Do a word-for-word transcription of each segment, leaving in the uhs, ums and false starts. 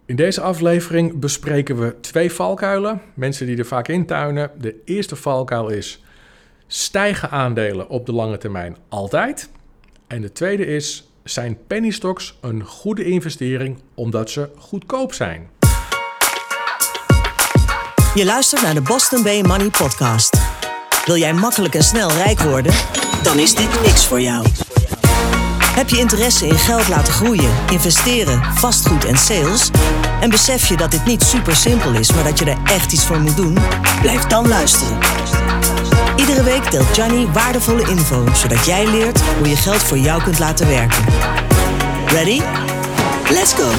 In deze aflevering bespreken we twee valkuilen. Mensen die er vaak intuinen. De eerste valkuil is: stijgen aandelen op de lange termijn altijd? En de tweede is: zijn penny stocks een goede investering omdat ze goedkoop zijn? Je luistert naar de Boston Bay Money Podcast. Wil jij makkelijk en snel rijk worden? Dan is dit niks voor jou. Heb je interesse in geld laten groeien, investeren, vastgoed en sales? En besef je dat dit niet super simpel is, maar dat je er echt iets voor moet doen? Blijf dan luisteren. Iedere week deelt Johnny waardevolle info, zodat jij leert hoe je geld voor jou kunt laten werken. Ready? Let's go!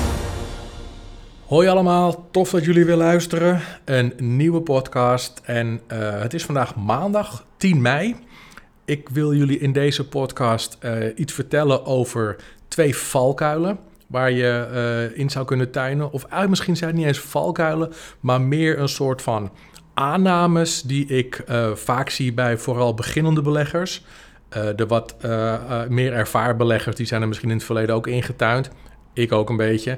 Hoi allemaal, tof dat jullie weer luisteren. Een nieuwe podcast en uh, het is vandaag maandag tien mei. Ik wil jullie in deze podcast uh, iets vertellen over twee valkuilen waar je uh, in zou kunnen tuinen. Of eigenlijk misschien zijn het niet eens valkuilen, maar meer een soort van aannames die ik uh, vaak zie bij vooral beginnende beleggers. Uh, de wat uh, uh, meer ervaren beleggers, die zijn er misschien in het verleden ook ingetuind. Ik ook een beetje.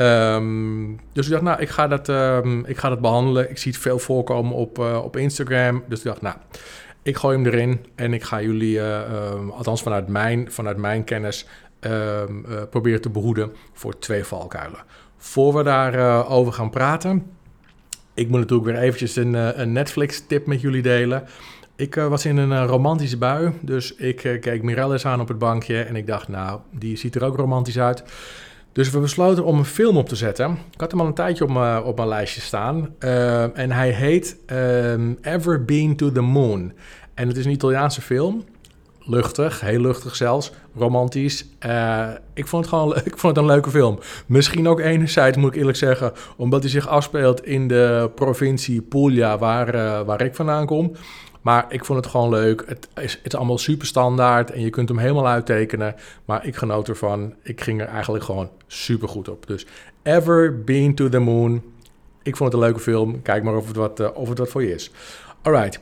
Um, dus ik dacht, nou, ik ga, dat, um, ik ga dat behandelen. Ik zie het veel voorkomen op, uh, op Instagram. Dus ik dacht, nou, ik gooi hem erin en ik ga jullie, uh, um, althans vanuit mijn, vanuit mijn kennis, uh, uh, proberen te behoeden voor twee valkuilen. Voor we daarover uh, over gaan praten, ik moet natuurlijk weer eventjes een, uh, een Netflix-tip met jullie delen. Ik uh, was in een uh, romantische bui, dus ik uh, keek Mirelles aan op het bankje en ik dacht, nou, die ziet er ook romantisch uit. Dus we besloten om een film op te zetten. Ik had hem al een tijdje op mijn, op mijn lijstje staan. Uh, en hij heet um, Ever Been to the Moon. En het is een Italiaanse film. Luchtig, heel luchtig zelfs. Romantisch. Uh, ik, vond het gewoon, ik vond het een leuke film. Misschien ook enerzijds, moet ik eerlijk zeggen, omdat hij zich afspeelt in de provincie Puglia, waar, uh, waar ik vandaan kom. Maar ik vond het gewoon leuk. Het is, het is allemaal super standaard en je kunt hem helemaal uittekenen. Maar ik genoot ervan. Ik ging er eigenlijk gewoon super goed op. Dus Ever Been to the Moon. Ik vond het een leuke film. Kijk maar of het wat, uh, of het wat voor je is. Alright.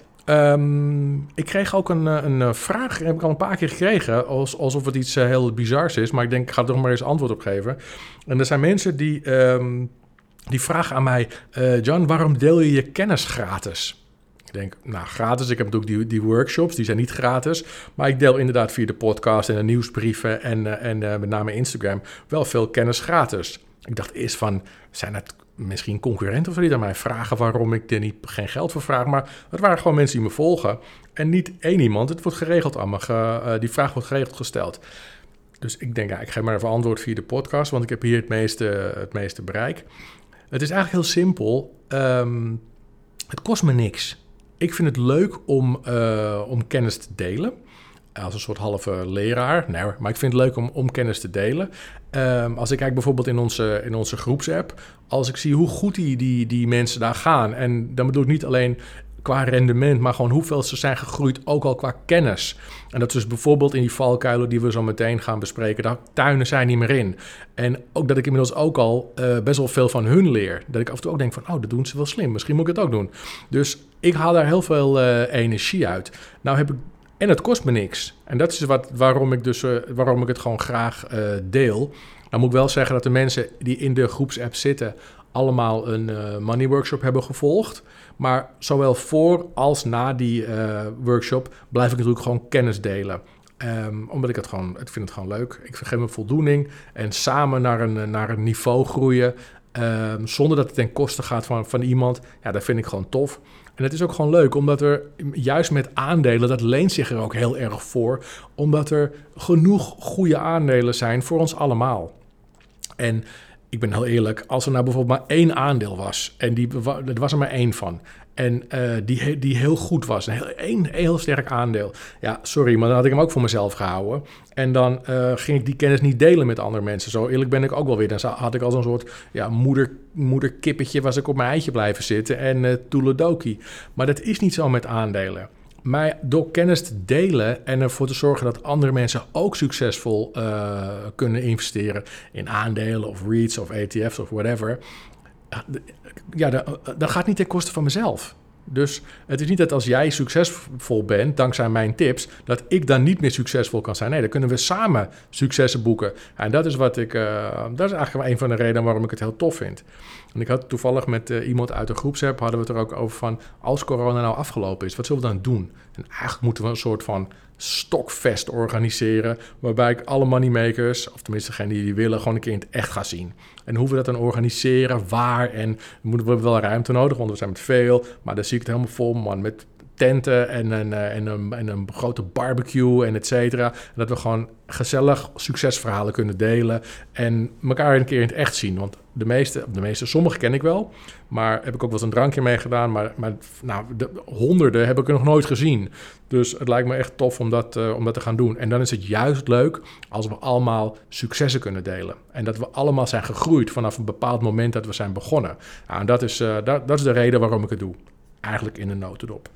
Um, ik kreeg ook een, een vraag, heb ik al een paar keer gekregen, als, alsof het iets uh, heel bizars is. Maar ik denk, ik ga er nog maar eens antwoord op geven. En er zijn mensen die, um, die vragen aan mij, uh, John, waarom deel je je kennis gratis? Ik denk, nou, gratis. Ik heb natuurlijk die, die workshops, die zijn niet gratis. Maar ik deel inderdaad via de podcast en de nieuwsbrieven en, uh, en uh, met name Instagram wel veel kennis gratis. Ik dacht eerst van, zijn het misschien concurrenten of die aan mij vragen waarom ik er niet, geen geld voor vraag? Maar het waren gewoon mensen die me volgen. En niet één iemand, het wordt geregeld allemaal. Ge, uh, die vraag wordt geregeld gesteld. Dus ik denk, ja, ik geef maar even antwoord via de podcast, want ik heb hier het meeste, het meeste bereik. Het is eigenlijk heel simpel. Um, het kost me niks. Ik vind het leuk om, uh, om kennis te delen. Als een soort halve leraar. Nee, maar ik vind het leuk om, om kennis te delen. Um, als ik kijk bijvoorbeeld in onze, in onze groepsapp. Als ik zie hoe goed die, die, die mensen daar gaan. En dan bedoel ik niet alleen qua rendement, maar gewoon hoeveel ze zijn gegroeid, ook al qua kennis. En dat is dus bijvoorbeeld in die valkuilen die we zo meteen gaan bespreken, daar tuinen zij niet meer in. En ook dat ik inmiddels ook al uh, best wel veel van hun leer. Dat ik af en toe ook denk van, oh, dat doen ze wel slim. Misschien moet ik het ook doen. Dus ik haal daar heel veel uh, energie uit. Nou heb ik, en het kost me niks. En dat is wat, waarom ik dus, uh, waarom ik het gewoon graag uh, deel. Nou moet ik wel zeggen dat de mensen die in de groepsapp zitten allemaal een uh, money workshop hebben gevolgd. Maar zowel voor als na die uh, workshop blijf ik natuurlijk gewoon kennis delen. Um, omdat ik het gewoon, ik vind het gewoon leuk. Ik geef me voldoening en samen naar een, naar een niveau groeien. Um, zonder dat het ten koste gaat van, van iemand. Ja, dat vind ik gewoon tof. En het is ook gewoon leuk, omdat er juist met aandelen, dat leent zich er ook heel erg voor. Omdat er genoeg goede aandelen zijn voor ons allemaal. En ik ben heel eerlijk, als er nou bijvoorbeeld maar één aandeel was, en die, er was er maar één van, en uh, die, die heel goed was, een heel, één heel sterk aandeel. Ja, sorry, maar dan had ik hem ook voor mezelf gehouden. En dan uh, ging ik die kennis niet delen met andere mensen. Zo eerlijk ben ik ook wel weer. Dan had ik als een soort ja, moeder, moederkippetje, was ik op mijn eitje blijven zitten en uh, toeledoki. Maar dat is niet zo met aandelen. Maar door kennis te delen en ervoor te zorgen dat andere mensen ook succesvol uh, kunnen investeren in aandelen of REITs of E T F's of whatever. Ja, dat, dat gaat niet ten koste van mezelf. Dus het is niet dat als jij succesvol bent, dankzij mijn tips, dat ik dan niet meer succesvol kan zijn. Nee, dan kunnen we samen successen boeken. En dat is wat ik, uh, dat is eigenlijk een van de redenen waarom ik het heel tof vind. En ik had toevallig met uh, iemand uit de groepsapp, hadden we het er ook over van, als corona nou afgelopen is, wat zullen we dan doen? En eigenlijk moeten we een soort van stokfest organiseren, waarbij ik alle moneymakers, of tenminste degenen die die willen, gewoon een keer in het echt ga zien. En hoe we dat dan organiseren, waar, en moeten we wel ruimte nodig, want we zijn met veel, maar dan zie ik het helemaal vol, man, met tenten en een, en een, en een grote barbecue en et cetera. En dat we gewoon gezellig succesverhalen kunnen delen en elkaar een keer in het echt zien. Want de meeste, de meeste, sommige ken ik wel, maar heb ik ook wel eens een drankje mee gedaan, maar, maar nou, de honderden heb ik er nog nooit gezien. Dus het lijkt me echt tof om dat, uh, om dat te gaan doen. En dan is het juist leuk als we allemaal successen kunnen delen. En dat we allemaal zijn gegroeid vanaf een bepaald moment dat we zijn begonnen. Nou, en dat is, uh, dat, dat is de reden waarom ik het doe. Eigenlijk in een notendop.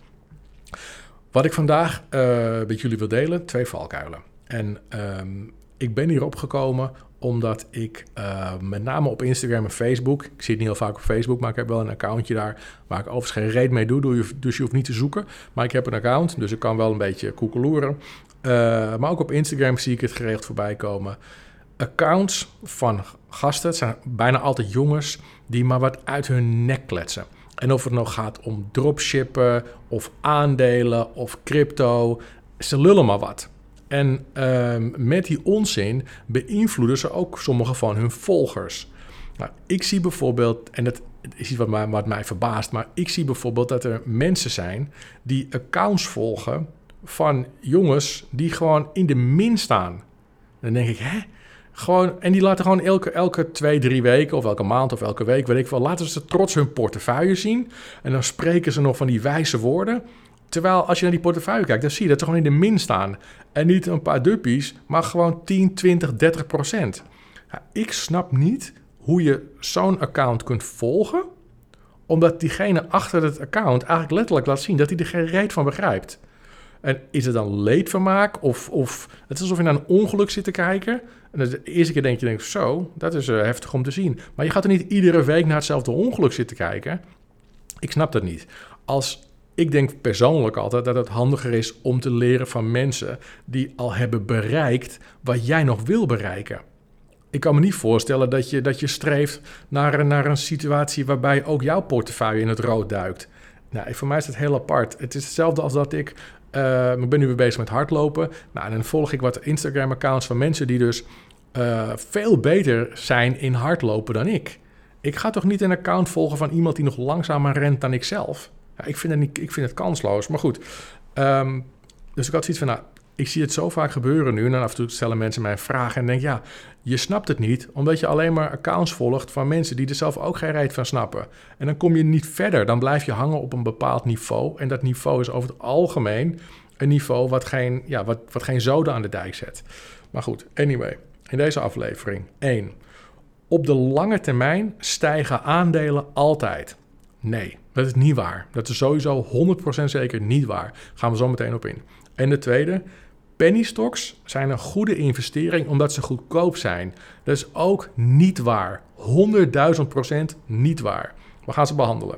Wat ik vandaag uh, met jullie wil delen, twee valkuilen. En um, ik ben hierop gekomen omdat ik uh, met name op Instagram en Facebook, ik zie het niet heel vaak op Facebook, maar ik heb wel een accountje daar waar ik overigens geen reet mee doe, dus je hoeft niet te zoeken. Maar ik heb een account, dus ik kan wel een beetje koekeloeren. Uh, maar ook op Instagram zie ik het geregeld voorbij komen. Accounts van gasten, het zijn bijna altijd jongens, die maar wat uit hun nek kletsen. En of het nou gaat om dropshippen of aandelen of crypto, ze lullen maar wat. En uh, met die onzin beïnvloeden ze ook sommige van hun volgers. Nou, ik zie bijvoorbeeld, en dat is iets wat mij, wat mij verbaast, maar ik zie bijvoorbeeld dat er mensen zijn die accounts volgen van jongens die gewoon in de min staan. Dan denk ik, hè? Gewoon, en die laten gewoon elke, elke twee, drie weken of elke maand of elke week, weet ik wel, laten ze trots hun portefeuille zien. En dan spreken ze nog van die wijze woorden. Terwijl als je naar die portefeuille kijkt, dan zie je dat ze gewoon in de min staan. En niet een paar duppies, maar gewoon tien, twintig, dertig procent. Ja, ik snap niet hoe je zo'n account kunt volgen, omdat diegene achter het account eigenlijk letterlijk laat zien dat hij er geen reet van begrijpt. En is het dan leedvermaak of, of het is alsof je naar een ongeluk zit te kijken. En de eerste keer denk je, denk, zo, dat is uh, heftig om te zien. Maar je gaat er niet iedere week naar hetzelfde ongeluk zitten kijken. Ik snap dat niet. Als Ik denk persoonlijk altijd dat het handiger is om te leren van mensen die al hebben bereikt wat jij nog wil bereiken. Ik kan me niet voorstellen dat je, dat je streeft naar, naar een situatie waarbij ook jouw portefeuille in het rood duikt. Nou, voor mij is het heel apart. Het is hetzelfde als dat ik... Uh, ik ben nu weer bezig met hardlopen. Nou, en dan volg ik wat Instagram-accounts van mensen die dus uh, veel beter zijn in hardlopen dan ik. Ik ga toch niet een account volgen van iemand die nog langzamer rent dan ik zelf? Ja, ik, vind het niet, ik vind het kansloos, maar goed. Um, dus ik had zoiets van, nou, ik zie het zo vaak gebeuren nu. En dan af en toe stellen mensen mij vragen en denk, ja, je snapt het niet, omdat je alleen maar accounts volgt van mensen die er zelf ook geen reet van snappen. En dan kom je niet verder. Dan blijf je hangen op een bepaald niveau. En dat niveau is over het algemeen een niveau wat geen, ja, wat, wat geen zoden aan de dijk zet. Maar goed, anyway. In deze aflevering. één. Op de lange termijn stijgen aandelen altijd. Nee, dat is niet waar. Dat is sowieso honderd procent zeker niet waar. Gaan we zo meteen op in. En de tweede, penny stocks zijn een goede investering omdat ze goedkoop zijn. Dat is ook niet waar. honderdduizend procent niet waar. We gaan ze behandelen.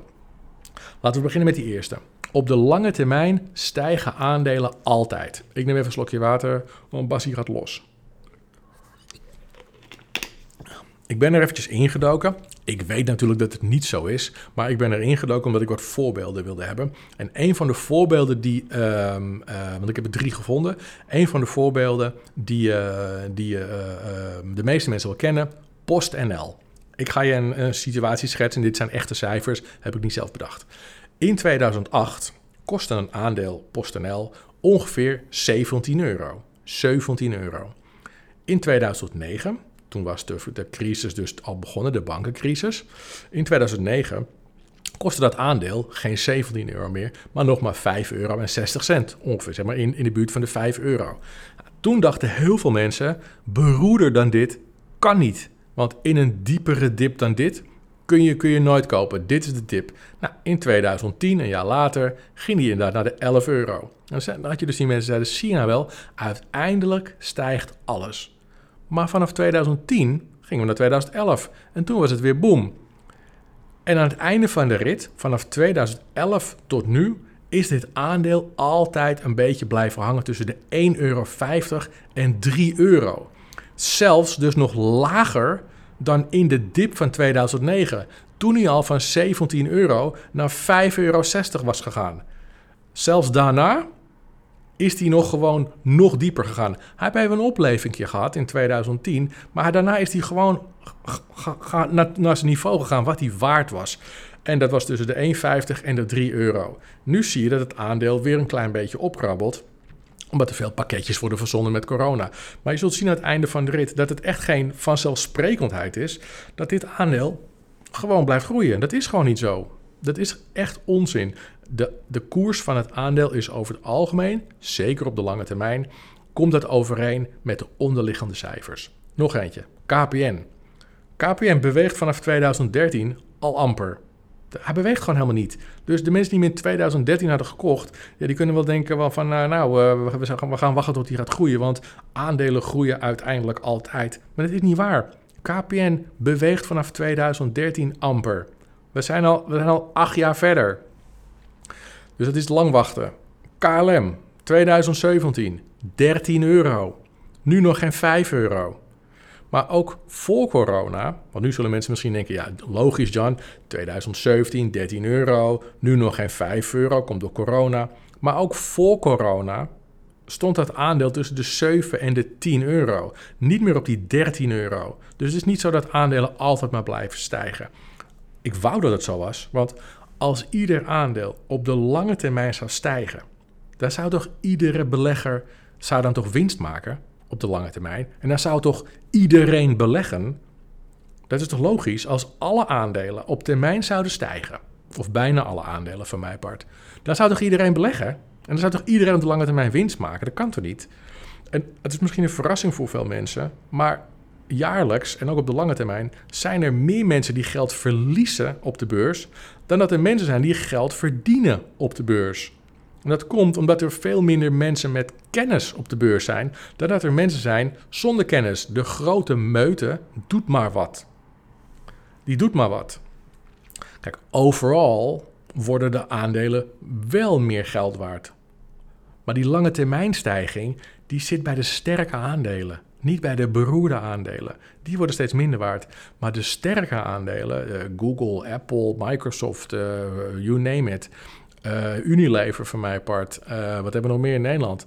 Laten we beginnen met die eerste. Op de lange termijn stijgen aandelen altijd. Ik neem even een slokje water, want Bassie gaat los. Ik ben er eventjes ingedoken. Ik weet natuurlijk dat het niet zo is, maar ik ben er ingedoken omdat ik wat voorbeelden wilde hebben. En een van de voorbeelden die, uh, uh, want ik heb er drie gevonden, een van de voorbeelden die, uh, die uh, uh, de meeste mensen wel kennen, PostNL. Ik ga je een, een situatie schetsen, dit zijn echte cijfers, heb ik niet zelf bedacht. In tweeduizend acht kostte een aandeel PostNL ongeveer zeventien euro. zeventien euro. In tweeduizend negen... Toen was de, de crisis dus al begonnen, de bankencrisis. In tweeduizend negen kostte dat aandeel geen zeventien euro meer, maar nog maar vijf euro en zestig cent. Ongeveer, zeg maar in, in de buurt van de vijf euro. Toen dachten heel veel mensen, beroerder dan dit kan niet. Want in een diepere dip dan dit kun je, kun je nooit kopen. Dit is de dip. Nou, in tweeduizend tien, een jaar later, ging die inderdaad naar de elf euro. Dan had je dus die mensen zeiden, zie je nou wel, uiteindelijk stijgt alles. Maar vanaf tweeduizend tien gingen we naar tweeduizend elf en toen was het weer boom. En aan het einde van de rit, vanaf tweeduizend elf tot nu, is dit aandeel altijd een beetje blijven hangen tussen de één euro vijftig en drie euro. Zelfs dus nog lager dan in de dip van tweeduizend negen, toen hij al van zeventien euro naar vijf euro zestig was gegaan. Zelfs daarna is hij nog gewoon nog dieper gegaan. Hij heeft even een oplevingje gehad in tweeduizend tien, maar daarna is hij gewoon ga, ga, naar, naar zijn niveau gegaan wat hij waard was. En dat was tussen de één euro vijftig en de drie euro. Nu zie je dat het aandeel weer een klein beetje opkrabbelt, omdat er veel pakketjes worden verzonden met corona. Maar je zult zien aan het einde van de rit dat het echt geen vanzelfsprekendheid is dat dit aandeel gewoon blijft groeien. Dat is gewoon niet zo. Dat is echt onzin. De, de koers van het aandeel is over het algemeen, zeker op de lange termijn, komt dat overeen met de onderliggende cijfers. Nog eentje, K P N. K P N beweegt vanaf tweeduizend dertien al amper. Hij beweegt gewoon helemaal niet. Dus de mensen die hem in tweeduizend dertien hadden gekocht, ja, die kunnen wel denken wel van, nou, nou uh, we, we gaan wachten tot hij gaat groeien, want aandelen groeien uiteindelijk altijd. Maar dat is niet waar. K P N beweegt vanaf tweeduizend dertien amper. We zijn al, we zijn al acht jaar verder. Dus dat is lang wachten. K L M, tweeduizend zeventien, dertien euro. Nu nog geen vijf euro. Maar ook voor corona, want nu zullen mensen misschien denken, ja, logisch Jan, tweeduizend zeventien, dertien euro, nu nog geen vijf euro, komt door corona. Maar ook voor corona stond dat aandeel tussen de zeven en de tien euro. Niet meer op die dertien euro. Dus het is niet zo dat aandelen altijd maar blijven stijgen. Ik wou dat het zo was, want als ieder aandeel op de lange termijn zou stijgen, dan zou toch iedere belegger zou dan toch winst maken op de lange termijn. En dan zou toch iedereen beleggen. Dat is toch logisch als alle aandelen op termijn zouden stijgen, of bijna alle aandelen van mijn part. Dan zou toch iedereen beleggen? En dan zou toch iedereen op de lange termijn winst maken? Dat kan toch niet? En het is misschien een verrassing voor veel mensen, maar jaarlijks en ook op de lange termijn zijn er meer mensen die geld verliezen op de beurs dan dat er mensen zijn die geld verdienen op de beurs. En dat komt omdat er veel minder mensen met kennis op de beurs zijn dan dat er mensen zijn zonder kennis. De grote meute doet maar wat. Die doet maar wat. Kijk, overal worden de aandelen wel meer geld waard. Maar die lange termijnstijging die zit bij de sterke aandelen. Niet bij de beroerde aandelen. Die worden steeds minder waard. Maar de sterke aandelen, uh, Google, Apple, Microsoft, uh, you name it. Uh, Unilever van mijn part. Uh, wat hebben we nog meer in Nederland?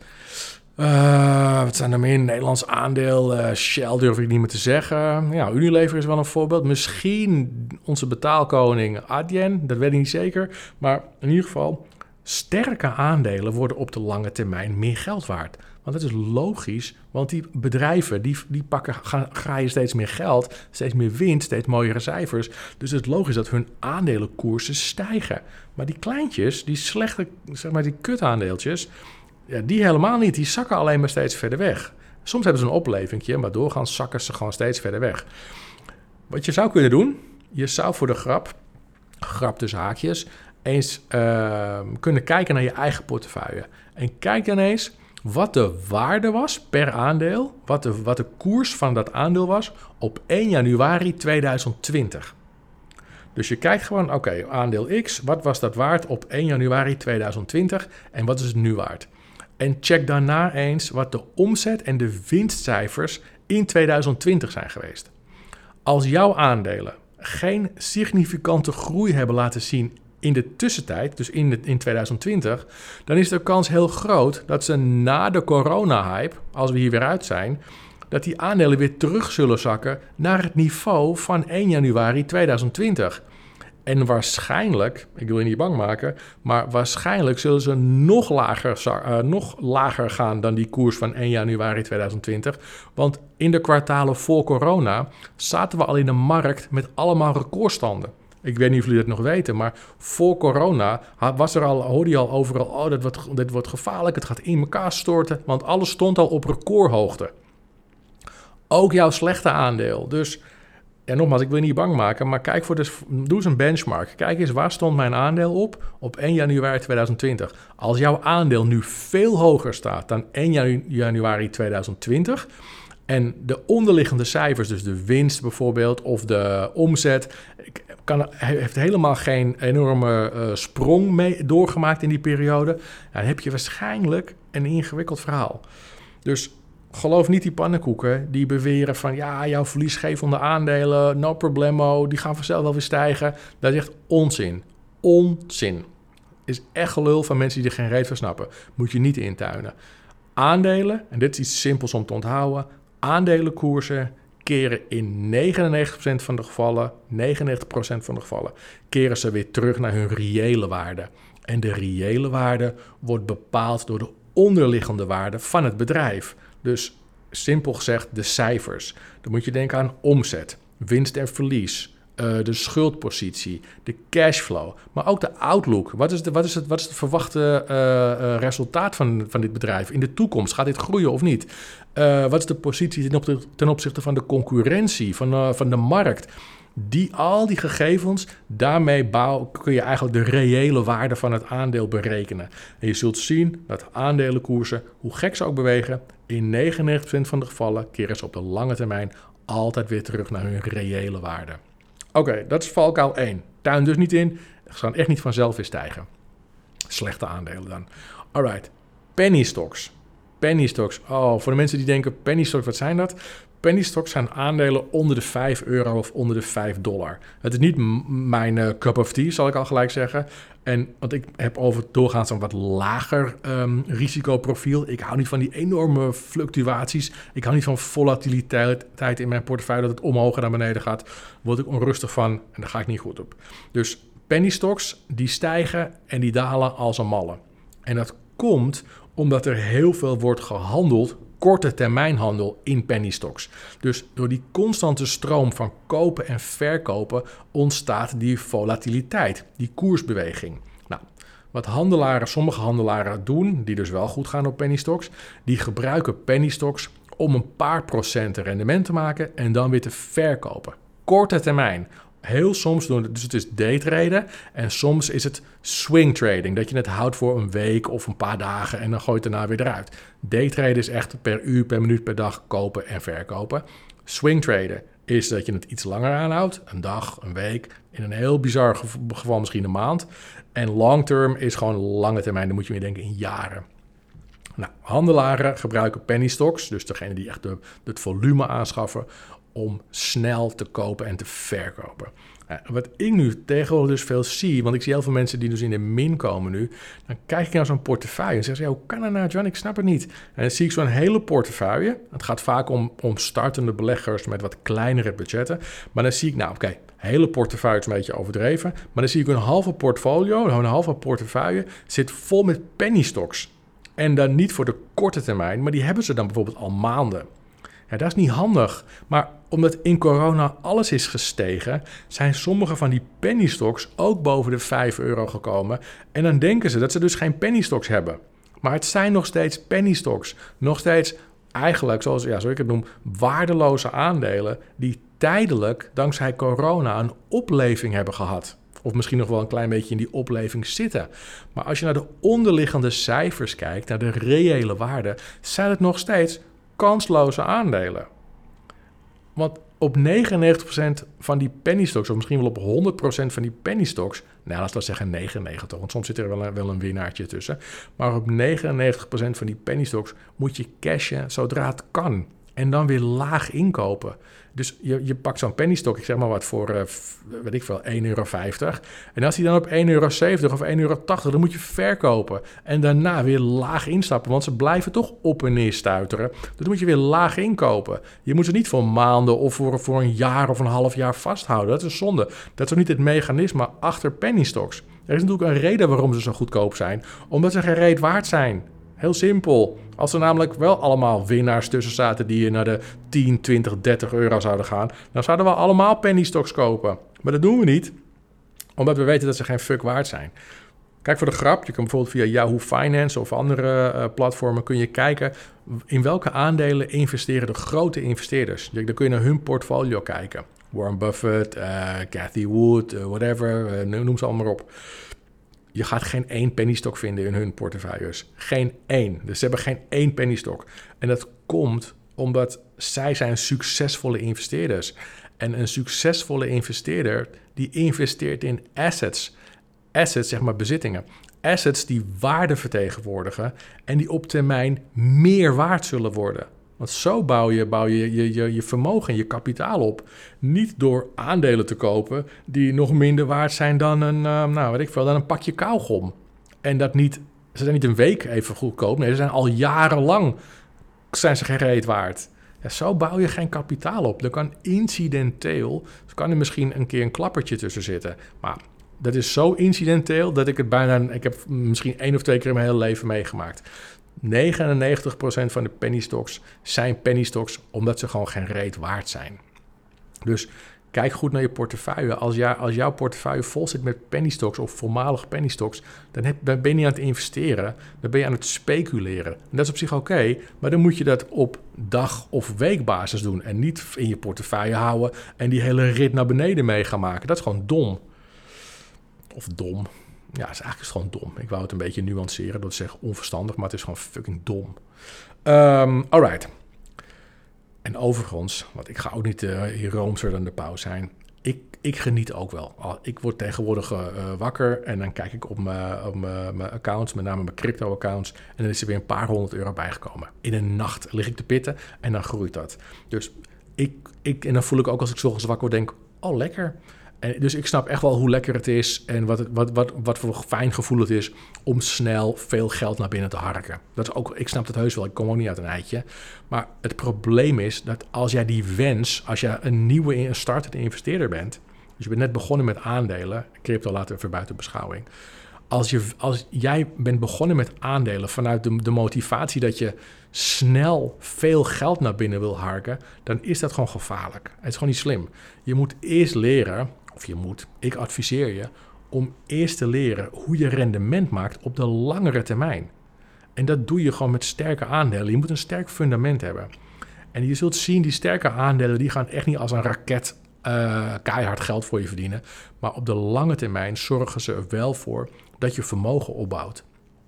Uh, wat zijn er meer in Nederlands aandeel? Uh, Shell durf ik niet meer te zeggen. Ja, Unilever is wel een voorbeeld. Misschien onze betaalkoning Adyen, dat weet ik niet zeker. Maar in ieder geval, sterke aandelen worden op de lange termijn meer geld waard. Want dat is logisch, want die bedrijven die, die pakken, gaan, graaien steeds meer geld, steeds meer winst, steeds mooiere cijfers. Dus het is logisch dat hun aandelenkoersen stijgen. Maar die kleintjes, die slechte, zeg maar die kutaandeeltjes, ja, die helemaal niet. Die zakken alleen maar steeds verder weg. Soms hebben ze een oplevingje, maar doorgaans zakken ze gewoon steeds verder weg. Wat je zou kunnen doen, je zou voor de grap, grap tussen haakjes, eens uh, kunnen kijken naar je eigen portefeuille. En kijk dan eens wat de waarde was per aandeel, wat de, wat de koers van dat aandeel was op één januari tweeduizend twintig. Dus je kijkt gewoon, oké, okay, aandeel X, wat was dat waard op één januari tweeduizend twintig en wat is het nu waard? En check daarna eens wat de omzet en de winstcijfers in tweeduizend twintig zijn geweest. Als jouw aandelen geen significante groei hebben laten zien in de tussentijd, dus in, de, in tweeduizend twintig, dan is de kans heel groot dat ze na de corona-hype, als we hier weer uit zijn, dat die aandelen weer terug zullen zakken naar het niveau van één januari tweeduizend twintig. En waarschijnlijk, ik wil je niet bang maken, maar waarschijnlijk zullen ze nog lager, uh, nog lager gaan dan die koers van één januari tweeduizend twintig. Want in de kwartalen voor corona zaten we al in een markt met allemaal recordstanden. Ik weet niet of jullie dat nog weten, maar voor corona was er al, hoorde je al overal, oh, dit wordt, dit wordt gevaarlijk, het gaat in elkaar storten, want alles stond al op recordhoogte. Ook jouw slechte aandeel. Dus, en nogmaals, ik wil je niet bang maken, maar kijk voor de, doe eens een benchmark. Kijk eens, waar stond mijn aandeel op op één januari tweeduizend twintig? Als jouw aandeel nu veel hoger staat dan één januari tweeduizend twintig... en de onderliggende cijfers, dus de winst bijvoorbeeld of de omzet, kan, hij heeft helemaal geen enorme uh, sprong mee doorgemaakt in die periode. Nou, dan heb je waarschijnlijk een ingewikkeld verhaal. Dus geloof niet die pannenkoeken die beweren van ja, jouw verliesgevende aandelen, no problemo, die gaan vanzelf wel weer stijgen. Dat is echt onzin. Onzin. Is echt gelul van mensen die er geen reet van snappen. Moet je niet intuinen. Aandelen, en dit is iets simpels om te onthouden, aandelenkoersen keren in negenennegentig procent van de gevallen, negenennegentig procent van de gevallen, keren ze weer terug naar hun reële waarde. En de reële waarde wordt bepaald door de onderliggende waarde van het bedrijf. Dus simpel gezegd de cijfers. Dan moet je denken aan omzet, winst en verlies, uh, de schuldpositie, de cashflow, maar ook de outlook. Wat is, de, wat is, het, wat is het verwachte uh, uh, resultaat van, van dit bedrijf in de toekomst? Gaat dit groeien of niet? Uh, wat is de positie ten, op, ten opzichte van de concurrentie, van, uh, van de markt? Die, al die gegevens, daarmee bouw, kun je eigenlijk de reële waarde van het aandeel berekenen. En je zult zien dat aandelenkoersen, hoe gek ze ook bewegen, in negenennegentig procent van de gevallen keren ze op de lange termijn altijd weer terug naar hun reële waarde. Oké, okay, dat is valkuil één. Tuin dus niet in, ze gaan echt niet vanzelf weer stijgen. Slechte aandelen dan. Alright, penny stocks. Penny stocks, oh, voor de mensen die denken penny stocks, wat zijn dat? Penny stocks zijn aandelen onder de vijf euro of onder de vijf dollar. Het is niet m- mijn uh, cup of tea, zal ik al gelijk zeggen. En want ik heb over doorgaans een wat lager um, risicoprofiel. Ik hou niet van die enorme fluctuaties. Ik hou niet van volatiliteit in mijn portefeuille, dat het omhoog en naar beneden gaat. Daar word ik onrustig van en daar ga ik niet goed op. Dus penny stocks, die stijgen en die dalen als een malle. En dat komt omdat er heel veel wordt gehandeld, korte termijnhandel in penny stocks. Dus door die constante stroom van kopen en verkopen ontstaat die volatiliteit, die koersbeweging. Nou, wat handelaren, sommige handelaren doen, die dus wel goed gaan op penny stocks, die gebruiken penny stocks om een paar procent rendement te maken en dan weer te verkopen. Korte termijn. Heel soms doen het, dus het is daytraden en soms is het swing trading. Dat je het houdt voor een week of een paar dagen en dan gooit het daarna weer eruit. Daytraden is echt per uur, per minuut, per dag kopen en verkopen. Swing traden is dat je het iets langer aanhoudt. Een dag, een week, in een heel bizar geval misschien een maand. En long term is gewoon lange termijn, dan moet je meer denken in jaren. Nou, handelaren gebruiken penny stocks, dus degene die echt de, het volume aanschaffen, om snel te kopen en te verkopen. Ja, wat ik nu tegenwoordig dus veel zie, want ik zie heel veel mensen die dus in de min komen nu, dan kijk ik naar zo'n portefeuille en zeg ze, ja, hoe kan dat nou, John? Ik snap het niet. En dan zie ik zo'n hele portefeuille. Het gaat vaak om, om startende beleggers met wat kleinere budgetten. Maar dan zie ik, nou oké, okay, hele portefeuille is een beetje overdreven, maar dan zie ik een halve portfolio, een halve portefeuille zit vol met penny stocks. En dan niet voor de korte termijn, maar die hebben ze dan bijvoorbeeld al maanden. Ja, dat is niet handig. Maar omdat in corona alles is gestegen, zijn sommige van die penny stocks ook boven de vijf euro gekomen. En dan denken ze dat ze dus geen penny stocks hebben. Maar het zijn nog steeds penny stocks. Nog steeds eigenlijk, zoals, ja, zoals ik het noem, waardeloze aandelen die tijdelijk dankzij corona een opleving hebben gehad. Of misschien nog wel een klein beetje in die opleving zitten. Maar als je naar de onderliggende cijfers kijkt, naar de reële waarde, zijn het nog steeds kansloze aandelen. Want op negenennegentig procent van die penny stocks, of misschien wel op honderd procent van die penny stocks, nou laten we zeggen negenennegentig, want soms zit er wel een, wel een winnaartje tussen, maar op negenennegentig procent van die penny stocks moet je cashen zodra het kan. En dan weer laag inkopen. Dus je, je pakt zo'n penny stock, ik zeg maar wat, voor, uh, weet ik veel, één euro vijftig. En als die dan op één euro zeventig of één euro tachtig, dan moet je verkopen. En daarna weer laag instappen, want ze blijven toch op en neer stuiteren. Dus dan moet je weer laag inkopen. Je moet ze niet voor maanden of voor, voor een jaar of een half jaar vasthouden. Dat is een zonde. Dat is ook niet het mechanisme achter penny stocks. Er is natuurlijk een reden waarom ze zo goedkoop zijn. Omdat ze geen reet waard zijn. Heel simpel. Als er namelijk wel allemaal winnaars tussen zaten die naar de tien, twintig, dertig euro zouden gaan, dan zouden we allemaal penny stocks kopen. Maar dat doen we niet, omdat we weten dat ze geen fuck waard zijn. Kijk voor de grap, je kan bijvoorbeeld via Yahoo Finance of andere uh, platformen kun je kijken in welke aandelen investeren de grote investeerders. Dan kun je naar hun portfolio kijken. Warren Buffett, uh, Cathy Wood, uh, whatever, uh, noem ze allemaal op. Je gaat geen één penny stock vinden in hun portefeuilles. Geen één. Dus ze hebben geen één penny stock. En dat komt omdat zij zijn succesvolle investeerders. En een succesvolle investeerder, die investeert in assets. Assets, zeg maar bezittingen. Assets die waarde vertegenwoordigen en die op termijn meer waard zullen worden. Want zo bouw je, bouw je, je, je, je vermogen en je kapitaal op. Niet door aandelen te kopen die nog minder waard zijn dan een, uh, nou, weet ik veel, dan een pakje kauwgom. En dat niet, ze zijn niet een week even goedkoop. Nee, ze zijn al jarenlang zijn ze geen reet waard. Ja, zo bouw je geen kapitaal op. Er kan incidenteel, er kan er misschien een keer een klappertje tussen zitten. Maar dat is zo incidenteel dat ik het bijna, ik heb misschien één of twee keer in mijn hele leven meegemaakt. negenennegentig procent van de penny stocks zijn penny stocks omdat ze gewoon geen reet waard zijn. Dus kijk goed naar je portefeuille. Als, jou, als jouw portefeuille vol zit met penny stocks of voormalige penny stocks, dan, heb, dan ben je niet aan het investeren, dan ben je aan het speculeren. En dat is op zich oké, okay, maar dan moet je dat op dag- of weekbasis doen en niet in je portefeuille houden en die hele rit naar beneden mee gaan maken. Dat is gewoon dom. Of dom. Ja, is eigenlijk is gewoon dom. Ik wou het een beetje nuanceren door te zeggen onverstandig, maar het is gewoon fucking dom. Um, alright. En overigens, want ik ga ook niet uh, hier roomser dan de pauw zijn. Ik, ik geniet ook wel. Ik word tegenwoordig uh, wakker en dan kijk ik op mijn, op mijn, mijn accounts, met name mijn crypto-accounts. En dan is er weer een paar honderd euro bijgekomen. In een nacht lig ik te pitten en dan groeit dat. Dus ik, ik, en dan voel ik ook als ik 's ochtends wakker word, denk, oh lekker. En dus ik snap echt wel hoe lekker het is en wat, het, wat, wat, wat voor fijn gevoel het is om snel veel geld naar binnen te harken. Dat is ook, ik snap dat heus wel, ik kom ook niet uit een eitje. Maar het probleem is dat als jij die wens, als jij een nieuwe een startende investeerder bent, dus je bent net begonnen met aandelen, crypto laten we even buiten beschouwing. Als, je, als jij bent begonnen met aandelen vanuit de, de motivatie dat je snel veel geld naar binnen wil harken, dan is dat gewoon gevaarlijk. Het is gewoon niet slim. Je moet eerst leren, of je moet, ik adviseer je, om eerst te leren hoe je rendement maakt op de langere termijn. En dat doe je gewoon met sterke aandelen. Je moet een sterk fundament hebben. En je zult zien, die sterke aandelen, die gaan echt niet als een raket uh, keihard geld voor je verdienen. Maar op de lange termijn zorgen ze er wel voor dat je vermogen opbouwt.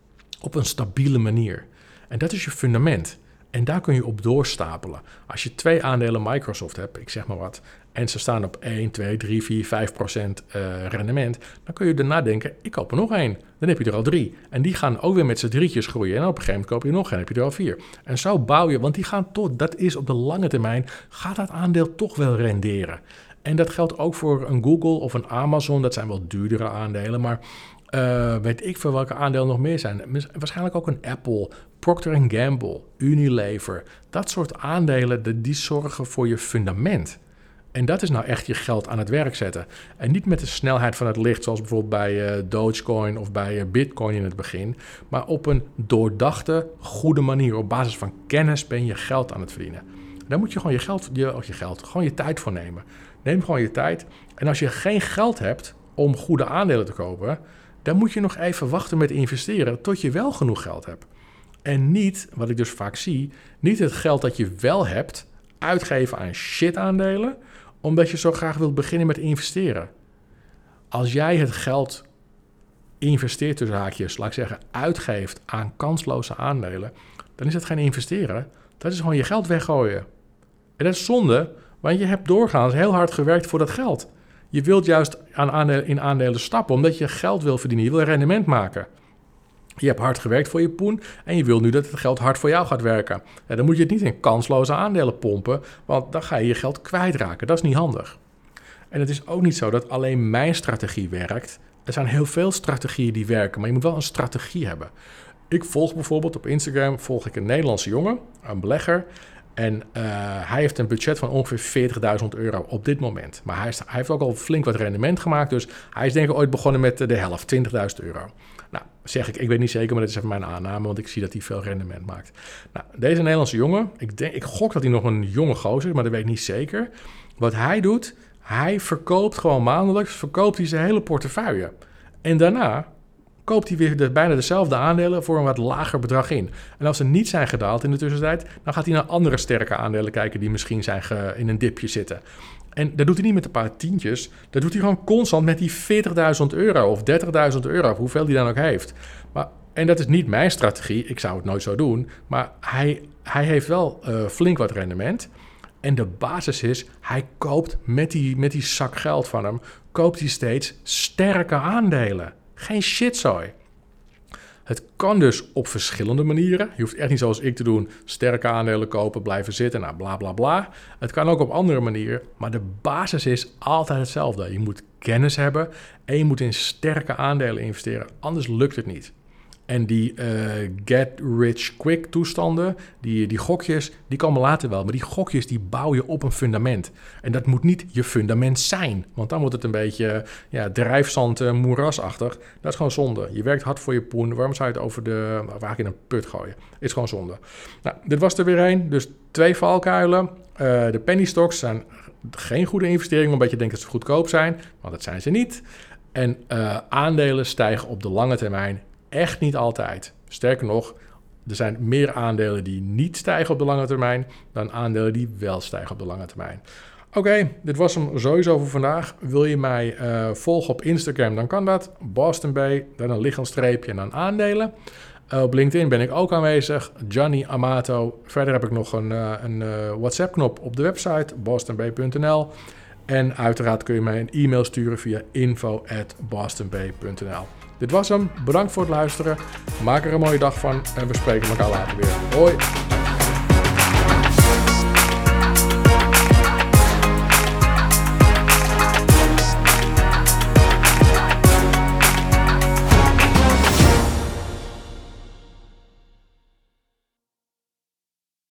Op een stabiele manier. En dat is je fundament. En daar kun je op doorstapelen. Als je twee aandelen Microsoft hebt, ik zeg maar wat, en ze staan op één, twee, drie, vier, vijf procent uh, rendement, dan kun je daarna denken, ik koop er nog één. Dan heb je er al drie. En die gaan ook weer met z'n drietjes groeien. En op een gegeven moment koop je er nog één, heb je er al vier. En zo bouw je, want die gaan toch, dat is op de lange termijn, gaat dat aandeel toch wel renderen. En dat geldt ook voor een Google of een Amazon. Dat zijn wel duurdere aandelen, maar Uh, weet ik veel welke aandelen nog meer zijn. Waarschijnlijk ook een Apple, Procter and Gamble, Unilever. Dat soort aandelen, die zorgen voor je fundament. En dat is nou echt je geld aan het werk zetten. En niet met de snelheid van het licht, zoals bijvoorbeeld bij uh, Dogecoin of bij uh, Bitcoin in het begin. Maar op een doordachte, goede manier. Op basis van kennis ben je geld aan het verdienen. Daar moet je gewoon je geld, je, of je geld, gewoon je tijd voor nemen. Neem gewoon je tijd. En als je geen geld hebt om goede aandelen te kopen, dan moet je nog even wachten met investeren tot je wel genoeg geld hebt. En niet, wat ik dus vaak zie, niet het geld dat je wel hebt uitgeven aan shit aandelen, omdat je zo graag wilt beginnen met investeren. Als jij het geld investeert, tussen haakjes, laat ik zeggen, uitgeeft aan kansloze aandelen, dan is dat geen investeren. Dat is gewoon je geld weggooien. En dat is zonde, want je hebt doorgaans heel hard gewerkt voor dat geld. Je wilt juist aan aandelen, in aandelen stappen, omdat je geld wil verdienen. Je wil rendement maken. Je hebt hard gewerkt voor je poen en je wil nu dat het geld hard voor jou gaat werken. Ja, dan moet je het niet in kansloze aandelen pompen, want dan ga je je geld kwijtraken. Dat is niet handig. En het is ook niet zo dat alleen mijn strategie werkt. Er zijn heel veel strategieën die werken, maar je moet wel een strategie hebben. Ik volg bijvoorbeeld op Instagram volg ik een Nederlandse jongen, een belegger. En uh, hij heeft een budget van ongeveer veertigduizend euro op dit moment. Maar hij, is, hij heeft ook al flink wat rendement gemaakt. Dus hij is denk ik ooit begonnen met de helft, twintigduizend euro. Nou, zeg ik, ik weet niet zeker, maar dat is even mijn aanname, want ik zie dat hij veel rendement maakt. Nou, deze Nederlandse jongen, ik, denk, ik gok dat hij nog een jonge gozer is, maar dat weet ik niet zeker. Wat hij doet, hij verkoopt gewoon maandelijks, verkoopt hij zijn hele portefeuille. En daarna koopt hij weer de, bijna dezelfde aandelen voor een wat lager bedrag in. En als ze niet zijn gedaald in de tussentijd, dan gaat hij naar andere sterke aandelen kijken die misschien zijn ge, in een dipje zitten. En dat doet hij niet met een paar tientjes. Dat doet hij gewoon constant met die veertigduizend euro of dertigduizend euro, of hoeveel hij dan ook heeft. Maar, en dat is niet mijn strategie. Ik zou het nooit zo doen. Maar hij, hij heeft wel uh, flink wat rendement. En de basis is, hij koopt met die, met die zak geld van hem, koopt hij steeds sterke aandelen. Geen shitzooi. Het kan dus op verschillende manieren. Je hoeft echt niet zoals ik te doen, sterke aandelen kopen, blijven zitten, nou bla bla bla. Het kan ook op andere manieren, maar de basis is altijd hetzelfde. Je moet kennis hebben en je moet in sterke aandelen investeren, anders lukt het niet. En die uh, get-rich-quick toestanden, die, die gokjes, die komen later wel. Maar die gokjes, die bouw je op een fundament. En dat moet niet je fundament zijn. Want dan wordt het een beetje ja, drijfzand, uh, moerasachtig. Dat is gewoon zonde. Je werkt hard voor je poen. Waarom zou je het over de, waar in een put gooien? Is gewoon zonde. Nou, dit was er weer één. Dus twee valkuilen. Uh, de penny stocks zijn geen goede investering, omdat je denkt dat ze goedkoop zijn. Want dat zijn ze niet. En uh, aandelen stijgen op de lange termijn echt niet altijd. Sterker nog, er zijn meer aandelen die niet stijgen op de lange termijn dan aandelen die wel stijgen op de lange termijn. Oké, okay, dit was hem sowieso voor vandaag. Wil je mij uh, volgen op Instagram, dan kan dat. Boston Bay, dan een liggend streepje en dan aandelen. Uh, op LinkedIn ben ik ook aanwezig. Gianni Amato. Verder heb ik nog een, uh, een uh, WhatsApp-knop op de website boston bay punt n l. En uiteraard kun je mij een e-mail sturen via info at boston bay punt n l. Dit was hem. Bedankt voor het luisteren. Maak er een mooie dag van en we spreken elkaar later weer. Hoi!